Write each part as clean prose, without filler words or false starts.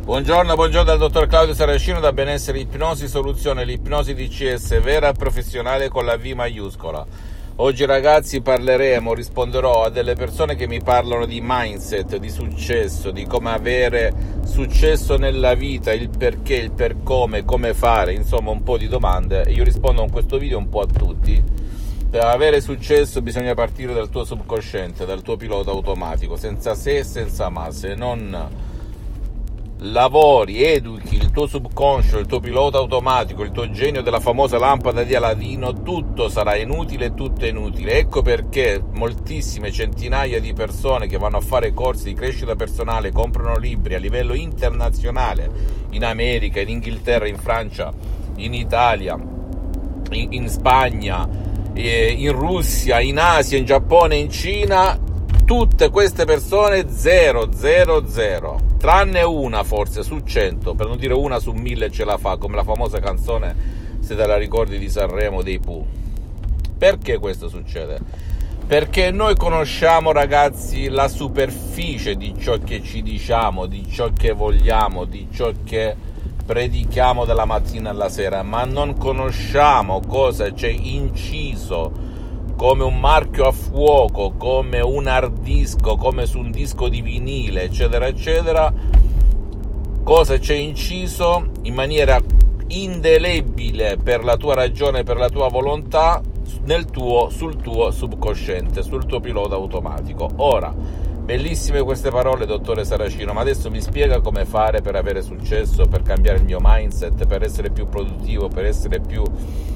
Buongiorno dal dottor Claudio Saracino da Benessere Ipnosi Soluzione, l'ipnosi DCS vera e professionale con la V maiuscola. Oggi ragazzi risponderò a delle persone che mi parlano di mindset, di successo, di come avere successo nella vita, il perché, il per come fare, insomma un po' di domande. Io rispondo con questo video un po' a tutti. Per avere successo bisogna partire dal tuo subconsciente, dal tuo pilota automatico, senza se e senza ma. Se non lavori, educhi il tuo subconscio, il tuo pilota automatico, il tuo genio della famosa lampada di Aladino, tutto sarà inutile, tutto è inutile. Ecco perché moltissime centinaia di persone che vanno a fare corsi di crescita personale, comprano libri a livello internazionale, in America, in Inghilterra, in Francia, in Italia, in Spagna, in Russia, in Asia, in Giappone, in Cina, tutte queste persone zero, tranne una forse su 100, per non dire una su 1000 ce la fa, come la famosa canzone, se te la ricordi, di Sanremo dei Pooh. Perché questo succede? Perché noi conosciamo ragazzi la superficie di ciò che ci diciamo, di ciò che vogliamo, di ciò che predichiamo dalla mattina alla sera, ma non conosciamo cosa c'è inciso come un marchio a fuoco, come un hard disco, come su un disco di vinile, eccetera eccetera, cosa c'è inciso in maniera indelebile per la tua ragione, per la tua volontà, sul tuo subconsciente, sul tuo pilota automatico. Ora, bellissime queste parole, dottore Saracino, ma adesso mi spiega come fare per avere successo, per cambiare il mio mindset, per essere più produttivo, per essere più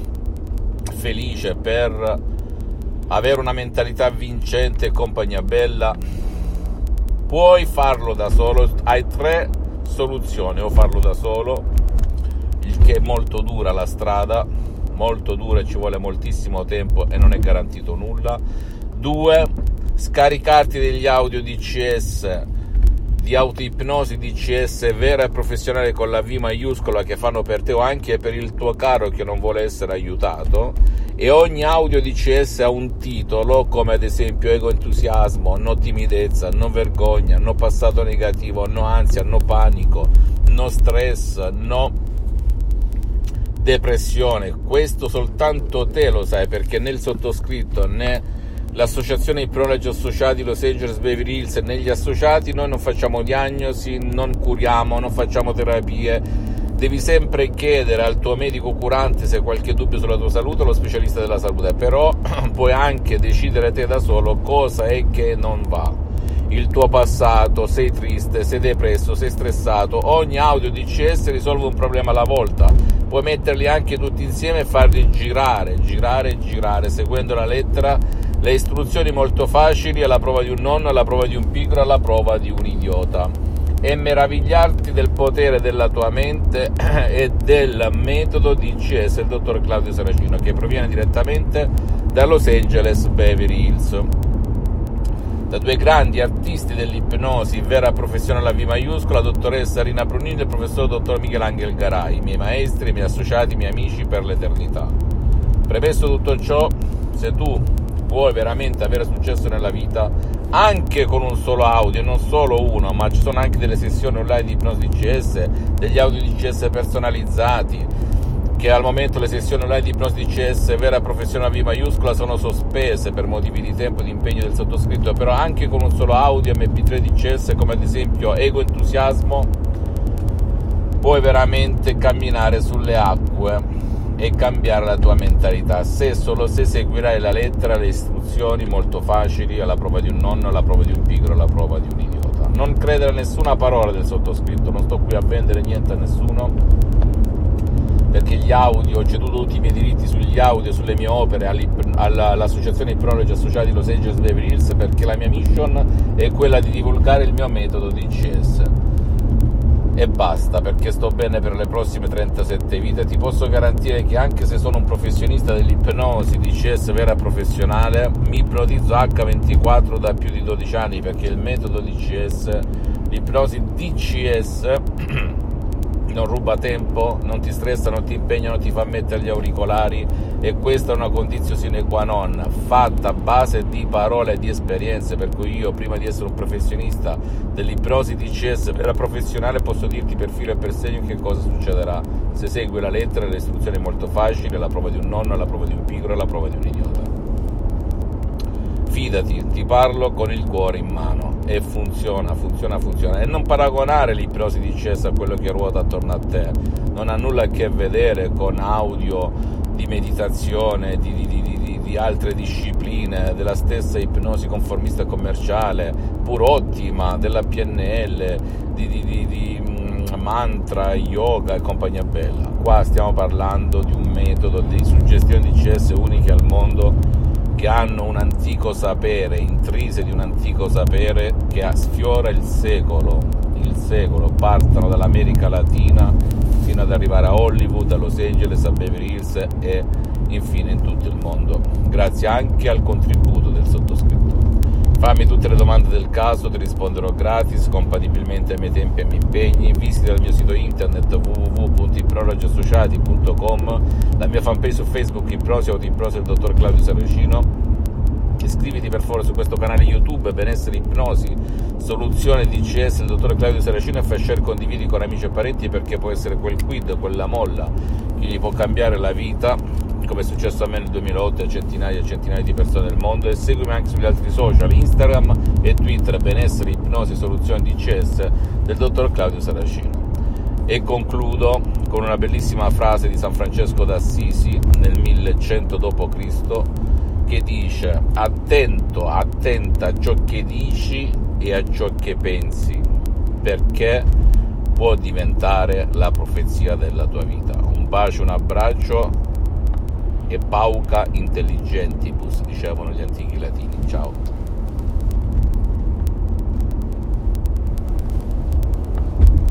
felice, per avere una mentalità vincente e compagnia bella. Puoi farlo da solo, hai 3 soluzioni: o farlo da solo, il che è molto dura la strada, molto dura e ci vuole moltissimo tempo e non è garantito nulla. 2, scaricarti degli audio DCS, di autoipnosi DCS vera e professionale con la V maiuscola, che fanno per te o anche per il tuo caro che non vuole essere aiutato. E ogni audio DCS ha un titolo, come ad esempio ego entusiasmo, no timidezza, no vergogna, no passato negativo, no ansia, no panico, no stress, no depressione. Questo soltanto te lo sai, perché né il sottoscritto né l'associazione Ipnologi Associati Los Angeles Beverly Hills, né gli associati, noi non facciamo diagnosi, non curiamo, non facciamo terapie. Devi sempre chiedere al tuo medico curante se hai qualche dubbio sulla tua salute, allo specialista della salute, però puoi anche decidere te da solo cosa è che non va. Il tuo passato, sei triste, sei depresso, sei stressato, ogni audio DCS risolve un problema alla volta. Puoi metterli anche tutti insieme e farli girare, seguendo la lettera, le istruzioni molto facili, alla prova di un nonno, alla prova di un pigro, alla prova di un idiota. E meravigliarti del potere della tua mente e del metodo DCS del dottor Claudio Saracino, che proviene direttamente da Los Angeles Beverly Hills, da 2 grandi artisti dell'ipnosi vera professionale, la V maiuscola, la dottoressa Rina Brunini e il professor dottor Michelangelo Garai, i miei maestri, i miei associati, i miei amici per l'eternità. Premesso tutto ciò, se tu vuoi veramente avere successo nella vita, anche con un solo audio, non solo uno, ma ci sono anche delle sessioni online di ipnosi DCS, degli audio DCS personalizzati, che al momento le sessioni online di ipnosi DCS vera professionale V maiuscola sono sospese per motivi di tempo e di impegno del sottoscritto, però anche con un solo audio MP3 DCS, come ad esempio ego entusiasmo, puoi veramente camminare sulle acque e cambiare la tua mentalità, se seguirai la lettera, le istruzioni molto facili, alla prova di un nonno, alla prova di un pigro, alla prova di un idiota. Non credere a nessuna parola del sottoscritto, non sto qui a vendere niente a nessuno, perché gli audio, ho ceduto tutti i miei diritti sugli audio, sulle mie opere all'associazione Ipnologi Associati Los Angeles Beverly Hills, perché la mia mission è quella di divulgare il mio metodo DCS. E basta, perché sto bene per le prossime 37 vite. Ti posso garantire che anche se sono un professionista dell'ipnosi DCS vera professionale, mi ipnotizzo H24 da più di 12 anni, perché il metodo DCS, l'ipnosi DCS non ruba tempo, non ti stressa, non ti impegna, non ti fa mettere gli auricolari, e questa è una condizione sine qua non, fatta a base di parole e di esperienze, per cui io, prima di essere un professionista dell'ipnosi DCS vera professionale, posso dirti per filo e per segno che cosa succederà se segui la lettera e le istruzioni molto facili, la prova di un nonno, la prova di un pigro, la prova di un idiota. Fidati, ti parlo con il cuore in mano, e funziona, e non paragonare l'ipnosi DCS a quello che ruota attorno a te, non ha nulla a che vedere con audio di meditazione, di altre discipline, della stessa ipnosi conformista e commerciale, pur ottima, della PNL, di mantra, yoga e compagnia bella. Qua stiamo parlando di un metodo di suggestione DCS uniche al mondo, che hanno un antico sapere, intrise di un antico sapere che sfiora il secolo, partono dall'America Latina fino ad arrivare a Hollywood, a Los Angeles, a Beverly Hills e infine in tutto il mondo, grazie anche al contributo del sottoscritto. Fammi tutte le domande del caso, ti risponderò gratis, compatibilmente ai miei tempi e ai miei impegni. Visita il mio sito internet www.ipnologiassociati.com, la mia fanpage su Facebook Ipnosi Autoipnosi del dottor Claudio Saracino. Iscriviti per favore su questo canale YouTube Benessere Ipnosi Soluzione DCS del dottor Claudio Saracino, e fai share, condividi con amici e parenti, perché può essere quel quid, quella molla che gli può cambiare la vita, come è successo a me nel 2008 a centinaia e centinaia di persone nel mondo. E seguimi anche sugli altri social, Instagram e Twitter, Benessere Ipnosi Soluzione DCS del dottor Claudio Saracino. E concludo con una bellissima frase di San Francesco d'Assisi nel 1100 d.C. che dice: attenta a ciò che dici e a ciò che pensi, perché può diventare la profezia della tua vita. Un bacio, un abbraccio e pauca intelligentibus, dicevano gli antichi latini. Ciao.